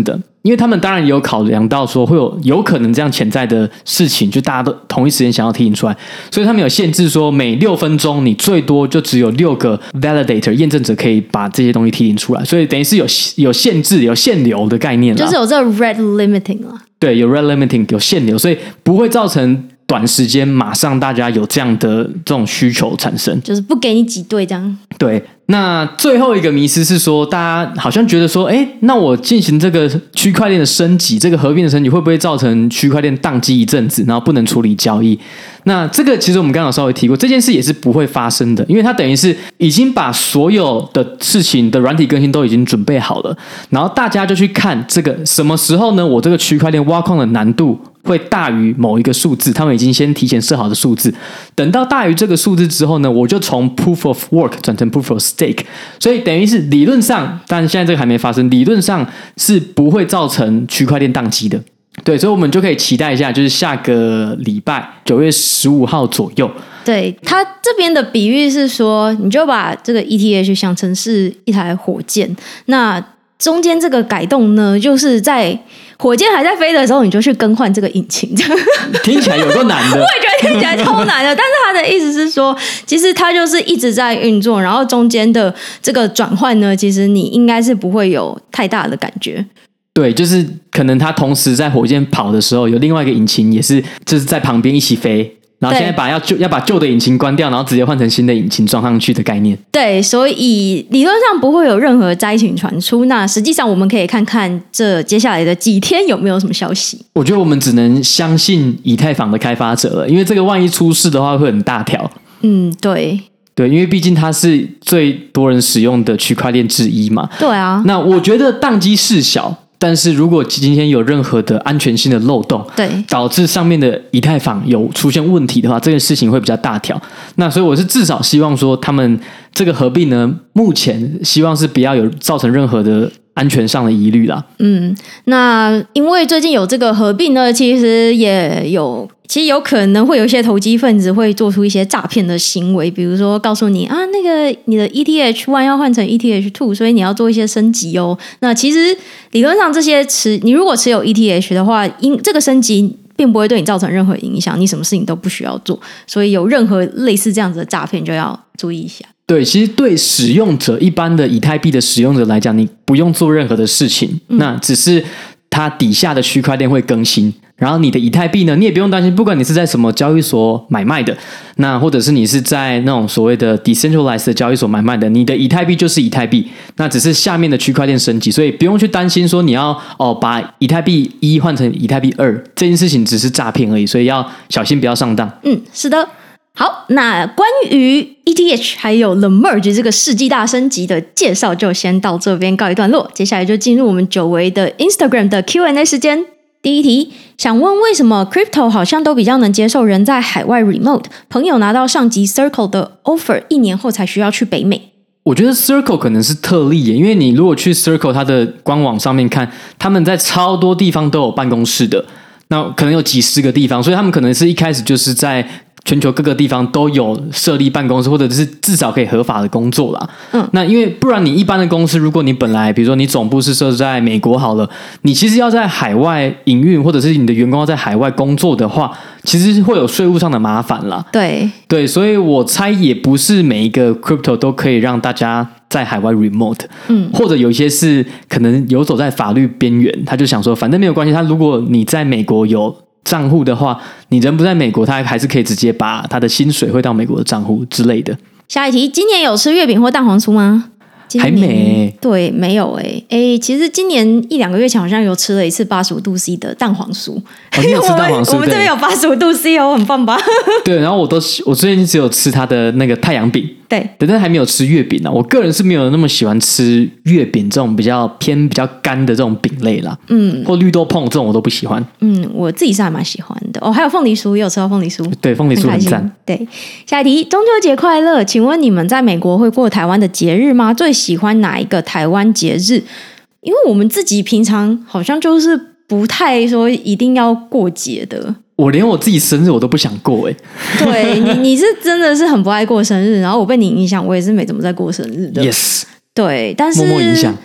因为他们当然也有考量到说会有有可能这样潜在的事情，就大家都同一时间想要提醒出来，所以他们有限制说每六分钟你最多就只有六个 validator 验证者可以把这些东西提醒出来，所以等于是有有限制有限流的概念啦， 就是有这个 rate limiting 啦。 对，有 rate limiting 有限流，所以不会造成短时间马上大家有这样的这种需求产生， 就是不给你挤兑这样。 对，那最后一个迷思是说，大家好像觉得说，哎，那我进行这个区块链的升级，这个合并的升级，会不会造成区块链宕机一阵子，然后不能处理交易？那这个其实我们刚刚稍微提过，这件事也是不会发生的，因为它等于是已经把所有的事情的软体更新都已经准备好了，然后大家就去看这个什么时候呢？我这个区块链挖矿的难度会大于某一个数字，他们已经先提前设好的数字，等到大于这个数字之后呢，我就从 proof of work 转成 proof of stake， 所以等于是理论上，但现在这个还没发生，理论上是不会造成区块链宕机的。对，所以我们就可以期待一下，就是下个礼拜九月十五号左右。 对，他这边的比喻是说，你就把这个 E T H 想成是一台火箭，那中间这个改动呢，就是在火箭还在飞的时候，你就去更换这个引擎。 听起来有够难的， 我也觉得听起来超难的。但是他的意思是说，其实它就是一直在运作，然后中间的这个转换呢，其实你应该是不会有太大的感觉。 对，就是可能它同时在火箭跑的时候，有另外一个引擎也是就是在旁边一起飞。然后现在把要旧要把旧的引擎关掉，然后直接换成新的引擎装上去的概念。 对，所以理论上不会有任何灾情传出。那实际上我们可以看看这接下来的几天有没有什么消息。 我觉得我们只能相信以太坊的开发者了，因为这个万一出事的话会很大条。 嗯，对。 对，因为毕竟它是最多人使用的区块链之一嘛。 对啊。 那我觉得宕机事小。但是如果今天有任何的安全性的漏洞， 对， 导致上面的以太坊有出现问题的话，这个事情会比较大条。那所以我是至少希望说，他们这个合并呢，目前希望是不要有造成任何的安全上的疑虑啦。 嗯，那因为最近有这个合并呢，其实也有。其实有可能会有一些投机分子会做出一些诈骗的行为，比如说告诉你啊，那个你的 E T H 一 要换成 E T H 二，所以你要做一些升级哦。那其实理论上这些持你如果持有 E T H 的话，因这个升级并不会对你造成任何影响，你什么事情都不需要做。所以有任何类似这样子的诈骗就要注意一下。 对，其实对使用者一般的以太币的使用者来讲，你不用做任何的事情，嗯、那只是它底下的区块链会更新。然后你的以太币呢，你也不用担心，不管你是在什么交易所买卖的，那或者是你是在那种所谓的 decentralized 的交易所买卖的，你的以太币就是以太币，那只是下面的区块链升级，所以不用去担心说你要哦把以太币一换成以太币二，这件事情只是诈骗而已，所以要小心不要上当。 嗯，是的。好，那关于 E T H 还有 The Merge 这个世纪大升级的介绍就先到这边告一段落，接下来就进入我们久违的 Instagram 的 Q and A 时间。第一题，想问为什么 Crypto 好像都比较能接受人在海外 Remote， 朋友拿到上级 Circle 的 Offer 一年后才需要去北美？ 我觉得 Circle 可能是特例耶，因为你如果去 Circle 它的官网上面看，他们在超多地方都有办公室的，那可能有几十个地方，所以他们可能是一开始就是在全球各个地方都有设立办公室，或者是至少可以合法的工作啦。嗯，那因为不然你一般的公司，如果你本来比如说你总部是设在美国好了，你其实要在海外营运，或者是你的员工要在海外工作的话，其实会有税务上的麻烦啦。 对对，所以我猜也不是每一个 crypto 都可以让大家在海外 remote， 嗯，或者有一些是可能游走在法律边缘，他就想说反正没有关系，他如果你在美国有账户的话，你人不在美国，他还是可以直接把他的薪水汇到美国的账户之类的。 下一题，今年有吃月饼或蛋黄酥吗？ 还没， 对，没有哎、欸、哎、欸，其实今年一两个月前好像有吃了一次八十五度 C 的蛋黄酥。 哦，你有吃蛋黄酥？ 我们这边有八十五度 C 哦，很棒吧？ 对，然后我都我最近只有吃它的那个太阳饼， 对， 但是还没有吃月饼呢。我个人是没有那么喜欢吃月饼这种比较偏比较干的这种饼类啦，嗯，或绿豆椪这种我都不喜欢。 嗯，我自己是还蛮喜欢的哦。还有凤梨酥，也有吃到凤梨酥， 对，凤梨酥很赞。 对，下一题，中秋节快乐！请问你们在美国会过台湾的节日吗？最喜欢哪一个台湾节日？因为我们自己平常好像就是不太说一定要过节的。 我连我自己生日我都不想过哎、 欸。对你，你是真的是很不爱过生日，然后我被你影响，我也是没怎么在过生日的。 Yes， 对，但是默默影响。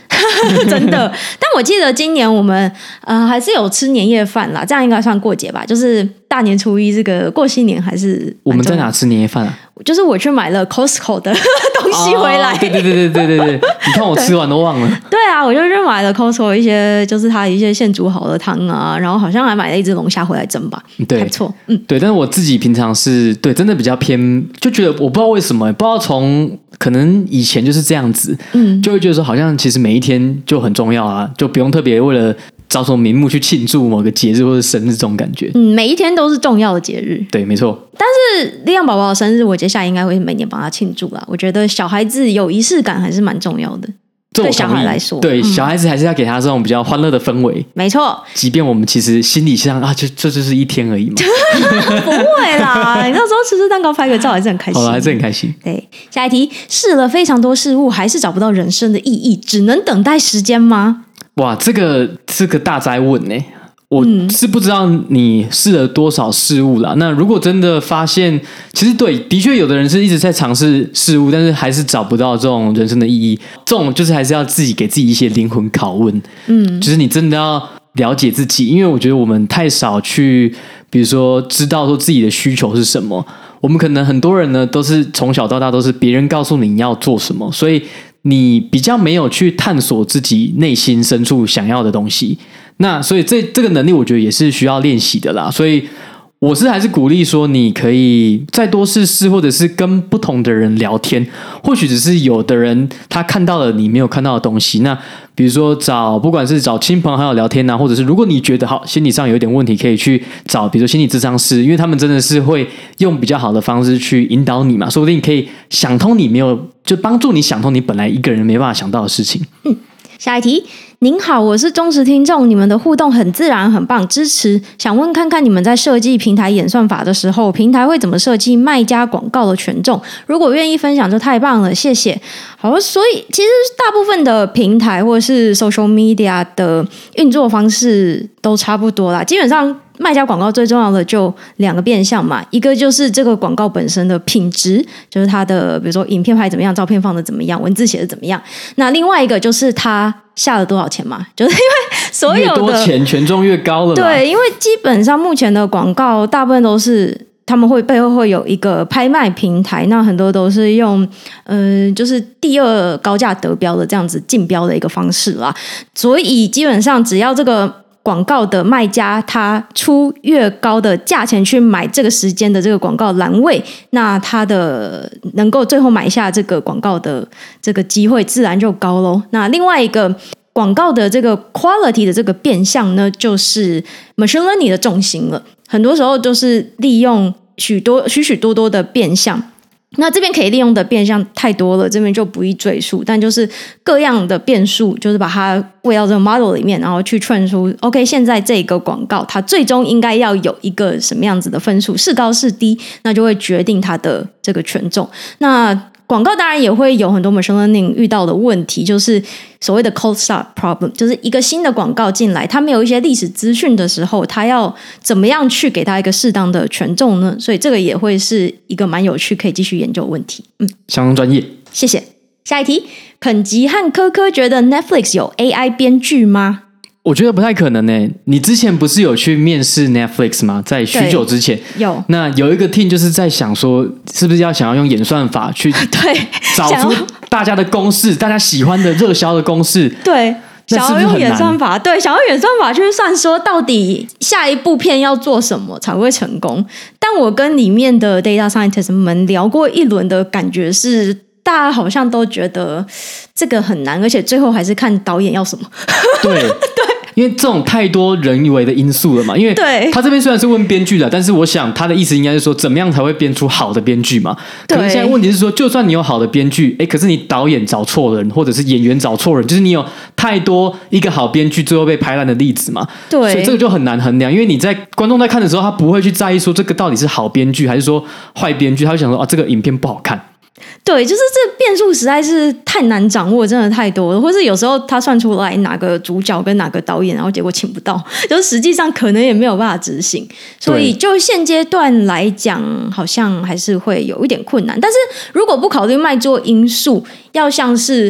真的。但我记得今年我们呃还是有吃年夜饭啦，这样应该算过节吧？就是大年初一这个过新年还是我们在哪吃年夜饭啊？ 就是我去买了 Costco 的东西回来。 哦、对对对对对对对，你看我吃完都忘了。 对啊，我就去买了 Costco 一些，就是它一些现煮好的汤啊，然后好像还买了一只龙虾回来蒸吧， 对， 还不错。嗯， 对，但是我自己平常是对真的比较偏，就觉得我不知道为什么，不知道从可能以前就是这样子，嗯，就会觉得说好像其实每一天就很重要啊，就不用特别为了找什么名目去庆祝某个节日或者生日这种感觉。 嗯，每一天都是重要的节日。 对，没错。 但是利昂宝宝的生日，我接下来应该会每年帮他庆祝啦。我觉得小孩子有仪式感还是蛮重要的。对小孩来说， 对、嗯、小孩子还是要给他这种比较欢乐的氛围。 没错， 即便我们其实心理上啊，就这就是一天而已嘛。 不会啦，你那时候吃吃蛋糕、拍个照还是很开心。 好了，还是很开心。 对，下一题，试了非常多事物，还是找不到人生的意义，只能等待时间吗？ 哇，这个是个大哉问呢、欸。我是不知道你试了多少事物啦。那如果真的发现，其实对，的确有的人是一直在尝试事物，但是还是找不到这种人生的意义。这种就是还是要自己给自己一些灵魂拷问。嗯，就是你真的要了解自己，因为我觉得我们太少去，比如说知道说自己的需求是什么。我们可能很多人呢，都是从小到大都是别人告诉你要做什么，所以你比较没有去探索自己内心深处想要的东西。那所以这这个能力我觉得也是需要练习的啦，所以我是还是鼓励说你可以再多试试，或者是跟不同的人聊天，或许只是有的人他看到了你没有看到的东西。那比如说找不管是找亲朋好友聊天啊，或者是如果你觉得好心理上有一点问题，可以去找比如说心理咨商师，因为他们真的是会用比较好的方式去引导你嘛，说不定可以想通你没有，就帮助你想通你本来一个人没办法想到的事情。 嗯，下一题。您好，我是忠实听众，你们的互动很自然，很棒，支持。想问看看你们在设计平台演算法的时候，平台会怎么设计卖家广告的权重？如果愿意分享就太棒了，谢谢。好，所以其实大部分的平台或是 social media 的运作方式都差不多啦，基本上卖家广告最重要的就两个变项嘛，一个就是这个广告本身的品质，就是它的比如说影片拍怎么样，照片放的怎么样，文字写的怎么样。那另外一个就是它下了多少钱嘛，就是因为所有的越多钱权重越高了。 对，因为基本上目前的广告大部分都是他们会背后会有一个拍卖平台，那很多都是用呃就是第二高价得标的这样子竞标的一个方式啦，所以基本上只要这个广告的卖家他出越高的价钱去买这个时间的这个广告栏位，那他的能够最后买下这个广告的这个机会自然就高咯。那另外一个广告的这个 quality 的这个变项呢，就是 machine learning 的重心了，很多时候就是利用许多许许多多的变项。那这边可以利用的变项太多了，这边就不一赘述，但就是各样的变数，就是把它喂到这个 model 里面，然后去串出 OK 现在这个广告它最终应该要有一个什么样子的分数，是高是低，那就会决定它的这个权重。那广告当然也会有很多 machine learning 遇到的问题，就是所谓的 cold start problem， 就是一个新的广告进来，它没有一些历史资讯的时候，它要怎么样去给它一个适当的权重呢？所以这个也会是一个蛮有趣可以继续研究的问题。嗯， 相当专业。 谢谢。下一题，肯吉和科科觉得 Netflix 有 A I 编剧吗？ 我觉得不太可能诶。你之前不是有去面试 Netflix 吗？在许久之前有。 那有一个 team 就是在想说，是不是要想要用演算法去对找出大家的公式，大家喜欢的热销的公式。 对，想要用演算法，对，想要演算法去算说到底下一部片要做什么才会成功。但我跟里面的 data scientist 们聊过一轮的感觉是，大家好像都觉得这个很难，而且最后还是看导演要什么。 对对。因为这种太多人为的因素了嘛，因为他这边虽然是问编剧的，但是我想他的意思应该是说怎么样才会编出好的编剧嘛。可是现在问题是说，就算你有好的编剧，诶，可是你导演找错人，或者是演员找错人，就是你有太多一个好编剧最后被拍烂的例子嘛。 对， 所以这个就很难衡量，因为你在观众在看的时候，他不会去在意说这个到底是好编剧还是说坏编剧，他会想说啊这个影片不好看。 对，就是这变数实在是太难掌握，真的太多了，或是有时候他算出来哪个主角跟哪个导演，然后结果请不到，就是实际上可能也没有办法执行，所以就现阶段来讲好像还是会有一点困难。但是如果不考虑卖座因素，要像是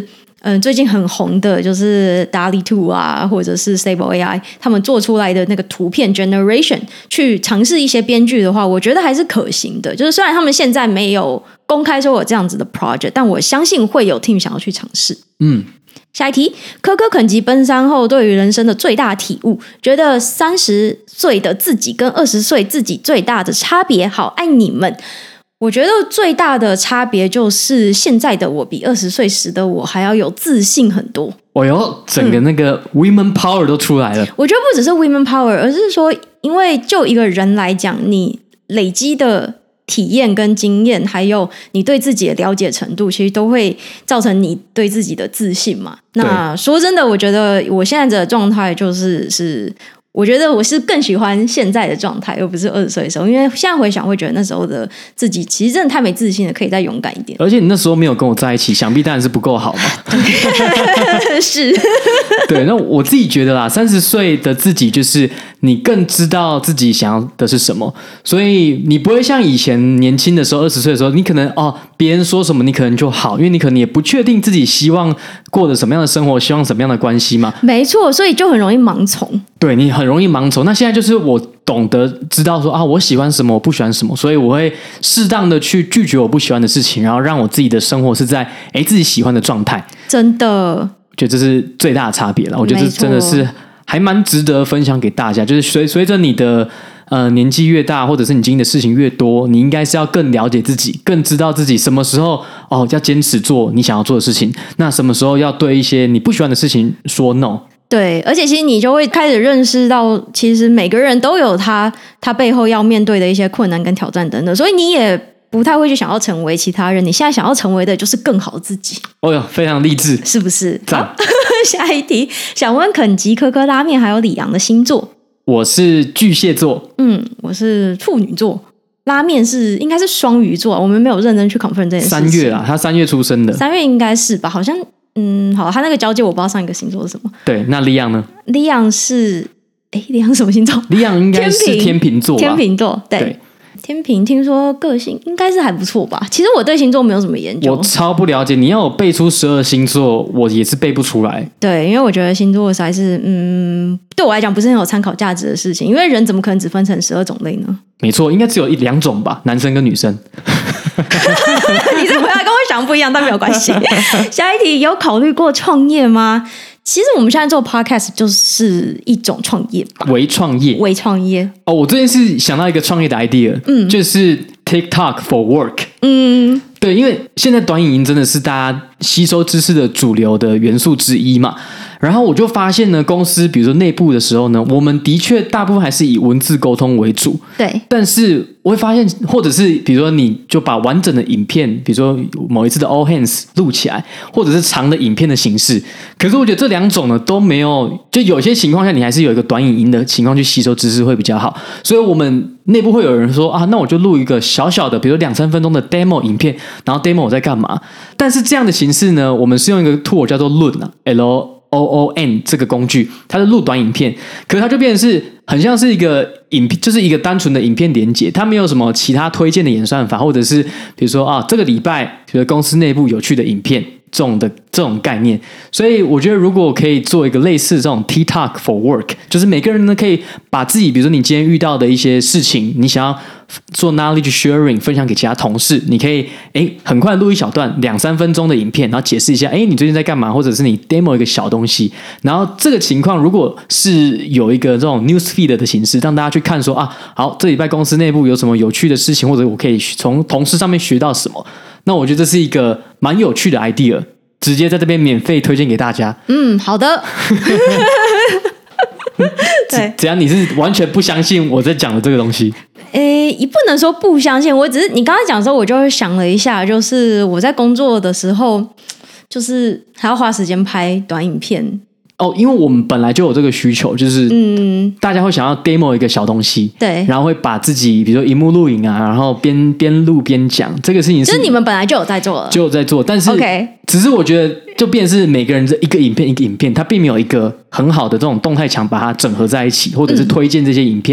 嗯，最近很红的就是 D A L L-E 二 啊，或者是 Stable A I 他们做出来的那个图片 generation 去尝试一些编剧的话，我觉得还是可行的。就是虽然他们现在没有公开说有这样子的 project， 但我相信会有 team 想要去尝试。嗯，下一题，可可肯吉奔三后对于人生的最大体悟，觉得三十岁的自己跟二十岁自己最大的差别，好爱你们。我觉得最大的差别就是现在的我比二十岁时的我还要有自信很多。 哦哟，整个那个 women power 都出来了。 我觉得不只是 women power， 而是说因为就一个人来讲，你累积的体验跟经验，还有你对自己的了解程度，其实都会造成你对自己的自信嘛。那说真的，我觉得我现在的状态就是是我觉得我是更喜欢现在的状态，而不是二十岁的时候，因为现在回想会觉得那时候的自己其实真的太没自信了，可以再勇敢一点。 而且你那时候没有跟我在一起，想必当然是不够好嘛。 是， 对。那我自己觉得啦，三十岁的自己就是你更知道自己想要的是什么，所以你不会像以前年轻的时候，二十岁的时候，你可能哦别人说什么你可能就好，因为你可能也不确定自己希望过的什么样的生活，希望什么样的关系嘛。 没错，所以就很容易盲从。 对，你很容易盲从。那现在就是我懂得知道说啊，我喜欢什么，我不喜欢什么，所以我会适当的去拒绝我不喜欢的事情，然后让我自己的生活是在哎自己喜欢的状态。 真的， 我觉得这是最大的差别了。我觉得这真的是还蛮值得分享给大家。就是随随着你的呃年纪越大，或者是你经历的事情越多，你应该是要更了解自己，更知道自己什么时候哦要坚持做你想要做的事情，那什么时候要对一些你不喜欢的事情说 no。 对，而且其实你就会开始认识到，其实每个人都有他他背后要面对的一些困难跟挑战等等，所以你也不太会去想要成为其他人，你现在想要成为的就是更好自己。 哦哟，非常励志， 是不是？好，下一题，想问肯吉、可可拉面还有李阳的星座。 我是巨蟹座， 嗯，我是处女座。拉面是应该是双鱼座，我们没有认真去 confirm 这件事情。 三月啊，他三月出生的， 三月应该是吧？好像。嗯，好，他那个交界我不知道上一个星座是什么。 对，那李阳呢？ 李阳是，哎，李阳什么星座？ 李阳应该是天秤座吧。 天秤座，对。对天秤听说个性应该是还不错吧？其实我对星座没有什么研究， 我超不了解。你要我背出十二星座，我也是背不出来。 对，因为我觉得星座实在是，嗯，对我来讲不是很有参考价值的事情。因为人怎么可能只分成十二种类呢？ 没错，应该只有一两种吧，男生跟女生。 你这回答跟我想不一样，但没有关系。下一题，有考虑过创业吗？其实我们现在做 podcast 就是一种创业吧， 微创业， 微创业。 哦，我最近是想到一个创业的 idea，嗯，就是 TikTok for work，嗯，对，因为现在短影音真的是大家吸收知识的主流的元素之一嘛。然后我就发现呢，公司比如说内部的时候呢，我们的确大部分还是以文字沟通为主， 对。 但是我会发现，或者是比如说你就把完整的影片，比如说某一次的 all hands 录起来，或者是长的影片的形式。可是我觉得这两种呢都没有，就有些情况下你还是有一个短影音的情况去吸收知识会比较好。所以我们内部会有人说啊，那我就录一个小小的，比如两三分钟的 demo 影片，然后 demo 我在干嘛？但是这样的形式呢，我们是用一个 tool 叫做 Loon 啊 ，L O O N 这个工具，它是录短影片，可是它就变成是很像是一个影片，就是一个单纯的影片连结，它没有什么其他推荐的演算法，或者是比如说啊，这个礼拜比如公司内部有趣的影片这种的这种概念。所以我觉得如果可以做一个类似这种 TikTok for work， 就是每个人呢可以把自己，比如说你今天遇到的一些事情，你想要做 knowledge sharing 分享给其他同事，你可以诶很快录一小段两三分钟的影片，然后解释一下诶你最近在干嘛，或者是你 demo 一个小东西。然后这个情况如果是有一个这种 news feed 的形式，让大家去看说啊，好，这礼拜公司内部有什么有趣的事情，或者我可以从同事上面学到什么，那我觉得这是一个蛮有趣的 idea， 直接在这边免费推荐给大家。 嗯，好的。对， 只要你是完全不相信我在讲的这个东西。 诶，也不能说不相信，我只是你刚才讲的时候，我就想了一下，就是我在工作的时候，就是还要花时间拍短影片。 哦，因为我们本来就有这个需求，就是嗯，大家会想要 demo 一个小东西， 对， 然后会把自己比如说荧幕录影啊，然后边边录边讲，这个事情是就是你们本来就有在做了， 就有在做，但是 OK， 只是我觉得就变成是每个人这一个影片一个影片，它并没有一个很好的这种动态墙把它整合在一起，或者是推荐这些影片。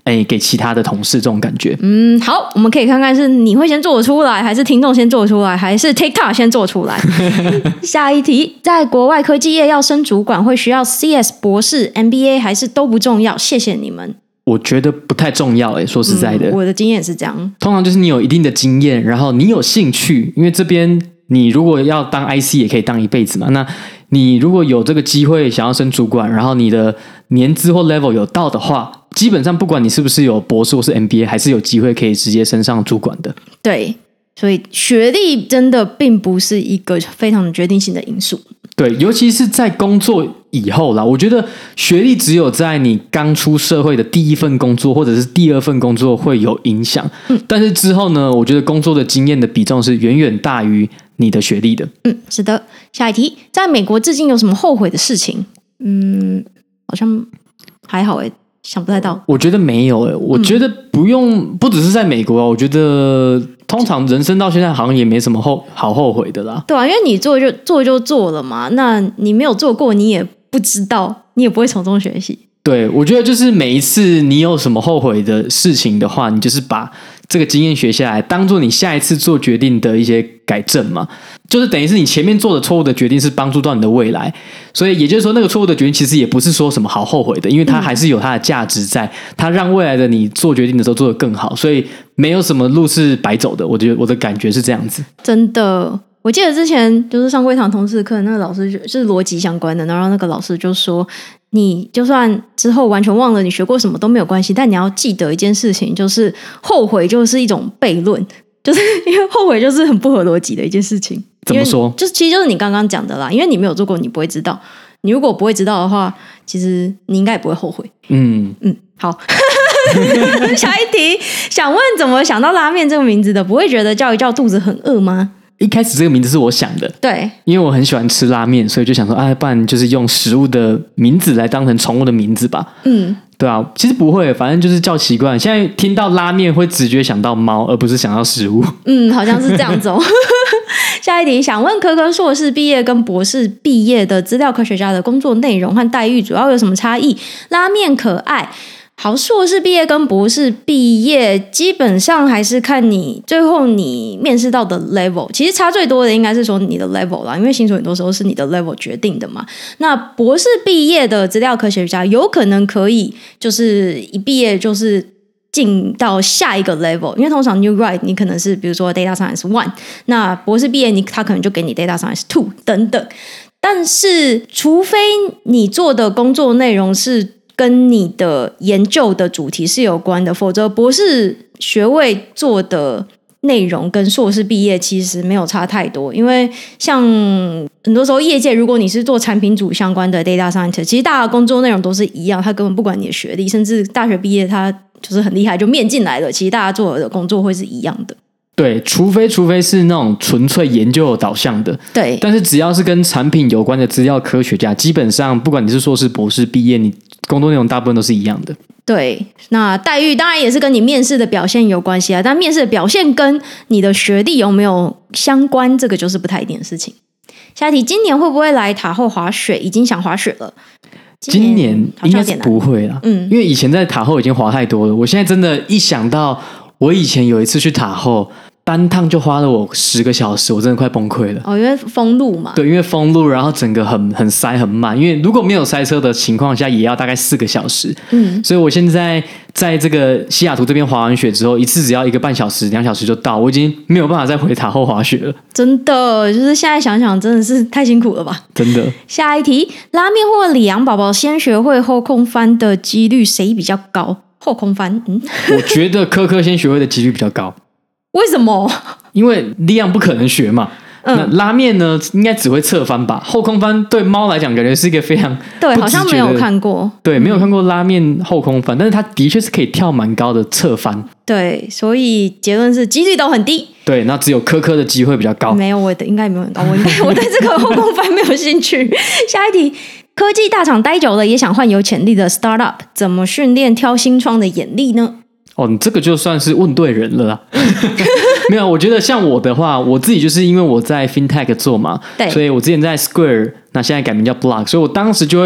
哎给其他的同事这种感觉。 嗯，好，我们可以看看是你会先做出来，还是听众先做出来，还是 TikTok 先做出来。下一题，在国外科技业要升主管会需要 C S 博士 M B A 还是都不重要？谢谢你们。 我觉得不太重要诶，说实在的、 嗯、我的经验是这样， 通常就是你有一定的经验，然后你有兴趣，因为这边你如果要当 I C 也可以当一辈子嘛，那你如果有这个机会想要升主管，然后你的年资或 level 有到的话，基本上不管你是不是有博士或是 M B A 还是有机会可以直接升上主管的。 对，所以学历真的并不是一个非常决定性的因素。 对，尤其是在工作以后啦，我觉得学历只有在你刚出社会的第一份工作或者是第二份工作会有影响、嗯、但是之后呢，我觉得工作的经验的比重是远远大于你的学历的。 嗯，是的。下一题，在美国至今有什么后悔的事情？嗯，好像还好诶，想不太到。 我觉得没有诶，我觉得不用、嗯、不只是在美国啊，我觉得通常人生到现在好像也没什么后好后悔的啦。 对啊，因为你做就做就做了嘛，那你没有做过你也不知道，你也不会从中学习。 对，我觉得就是每一次你有什么后悔的事情的话，你就是把这个经验学下来，当做你下一次做决定的一些改正嘛，就是等于是你前面做的错误的决定是帮助到你的未来，所以也就是说那个错误的决定其实也不是说什么好后悔的，因为它还是有它的价值在，它让未来的你做决定的时候做得更好，所以没有什么路是白走的，我觉得我的感觉是这样子。 真的，我记得之前就是上过一堂通识课，那个老师就是逻辑相关的，然后那个老师就说，你就算之后完全忘了你学过什么都没有关系，但你要记得一件事情，就是后悔就是一种悖论，就是因为后悔就是很不合逻辑的一件事情。 怎么说？ 就是其实就是你刚刚讲的啦，因为你没有做过，你不会知道。你如果不会知道的话，其实你应该也不会后悔。嗯嗯，好。下一题，想问怎么想到拉面这个名字的？不会觉得叫一叫肚子很饿吗？ 一开始这个名字是我想的， 对， 因为我很喜欢吃拉面，所以就想说，哎，不然就是用食物的名字来当成宠物的名字吧。嗯，对啊，其实不会，反正就是叫习惯。现在听到拉面会直觉想到猫，而不是想到食物。 嗯，好像是这样子哦。下一题，想问科科硕士毕业跟博士毕业的资料科学家的工作内容和待遇主要有什么差异？拉面可爱。好，硕士毕业跟博士毕业基本上还是看你最后你面试到的 level， 其实差最多的应该是说你的 level 啦，因为薪水很多时候是你的 level 决定的嘛。那博士毕业的资料科学家有可能可以就是一毕业就是进到下一个 level， 因为通常 New Right 你可能是比如说 Data Science one， 那博士毕业你他可能就给你 Data Science two 等等。但是除非你做的工作内容是跟你的研究的主题是有关的，否则博士学位做的内容跟硕士毕业其实没有差太多。因为像很多时候业界如果你是做产品组相关的 data scientist， 其实大家的工作内容都是一样，他根本不管你的学历，甚至大学毕业他就是很厉害就面进来了，其实大家做的工作会是一样的。 对，除非除非是那种纯粹研究导向的， 对。 但是只要是跟产品有关的资料科学家，基本上不管你是硕士、博士毕业，你工作内容大部分都是一样的。 对，那待遇当然也是跟你面试的表现有关系啊，但面试的表现跟你的学历有没有相关，这个就是不太一定的事情。下一题，今年会不会来塔后滑雪？已经想滑雪了。 今年应该是不会啦，嗯，因为以前在塔后已经滑太多了，我现在真的一想到我以前有一次去塔后，单趟就花了我十个小时，我真的快崩溃了。 哦，因为封路嘛。 对，因为封路，然后整个很很塞很慢。因为如果没有塞车的情况下，也要大概四个小时。嗯，所以我现在在这个西雅图这边滑完雪之后，一次只要一个半小时、两小时就到，我已经没有办法再回塔后滑雪了。 真的，就是现在想想，真的是太辛苦了吧？ 真的。 下一题，拉面或里昂宝宝先学会后空翻的几率谁比较高？后空翻，嗯， 我觉得科科先学会的几率比较高。 为什么？ 因为利昂不可能学嘛。嗯、那拉面呢，应该只会侧翻吧？后空翻对猫来讲，感觉是一个非常对，好像没有看过。 对，没有看过拉面后空翻，但是它的确是可以跳蛮高的侧翻。 对，所以结论是几率都很低。 对，那只有科科的机会比较高。 没有，我的应该没有很高。我应该我对这个后空翻没有兴趣。下一题。科技大厂待久了，也想换有潜力的 startup， 怎么训练挑新创的眼力呢？ 哦，你这个就算是问对人了啦。没有，我觉得像我的话，我自己就是因为我在 fintech 做嘛，对，所以我之前在 Square， 那现在改名叫 Block， 所以我当时就会看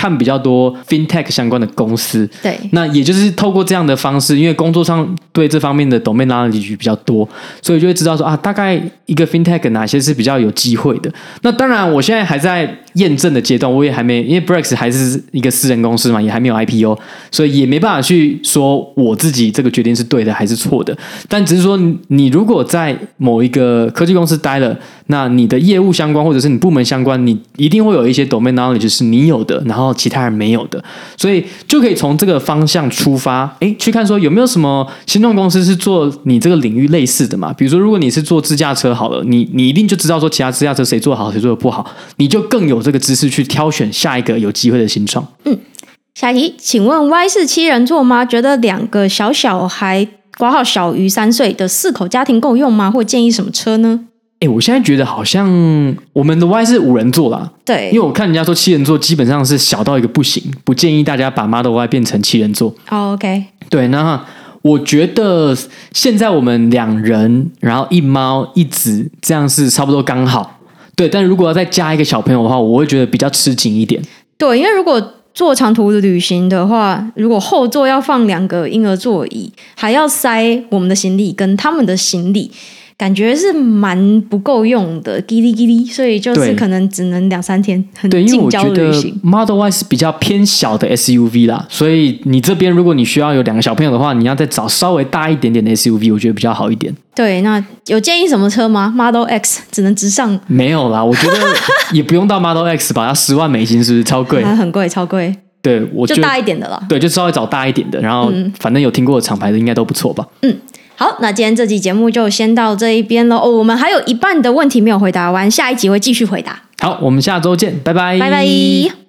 看比较多 fintech 相关的公司。 对， 那也就是透过这样的方式，因为工作上对这方面的 domain knowledge 比较多，所以就会知道说啊，大概一个 fintech 哪些是比较有机会的。那当然，我现在还在验证的阶段，我也还没，因为 Brex 还是一个私人公司嘛，也还没有 I P O， 所以也没办法去说我自己这个决定是对的还是错的。但只是说，你如果在某一个科技公司待了，那你的业务相关或者是你部门相关，你一定会有一些 domain knowledge 是你有的，然后其他人没有的，所以就可以从这个方向出发，诶，去看说有没有什么新创公司是做你这个领域类似的嘛？比如说，如果你是做自驾车好了，你你一定就知道说其他自驾车谁做好谁做的不好，你就更有这个知识去挑选下一个有机会的新创。 嗯，下一题，请问 Y 是七人座吗？觉得两个小小孩括号小于三岁的四口家庭够用吗？或建议什么车呢？ 欸，我现在觉得好像我们的 Y 是五人座啦， 对， 因为我看人家说七人座基本上是小到一个不行，不建议大家把 Model Y 变成七人座。 哦、oh, OK， 对，那我觉得现在我们两人，然后一猫一子，这样是差不多刚好。对，但如果要再加一个小朋友的话，我会觉得比较吃紧一点。 对，因为如果做长途旅行的话，如果后座要放两个婴儿座椅，还要塞我们的行李跟他们的行李，感觉是蛮不够用的，叽哩叽哩，所以就是可能只能两三天很近郊的旅行。 对，因为我觉得 Model Y 是比较偏小的 S U V 啦，所以你这边如果你需要有两个小朋友的话，你要再找稍微大一点点的 S U V， 我觉得比较好一点。对， 那有建议什么车吗？ Model X 只能直上？ 没有啦，我觉得也不用到 Model X 吧，要十万美金是不是超贵？ 很贵，超贵。 对，我就大一点的了。 对，就稍微找大一点的，然后反正有听过的厂牌的应该都不错吧。 嗯。好，那今天这集节目就先到这一边了哦。我们还有一半的问题没有回答完，下一集会继续回答。 好，我们下周见，拜拜， 拜拜。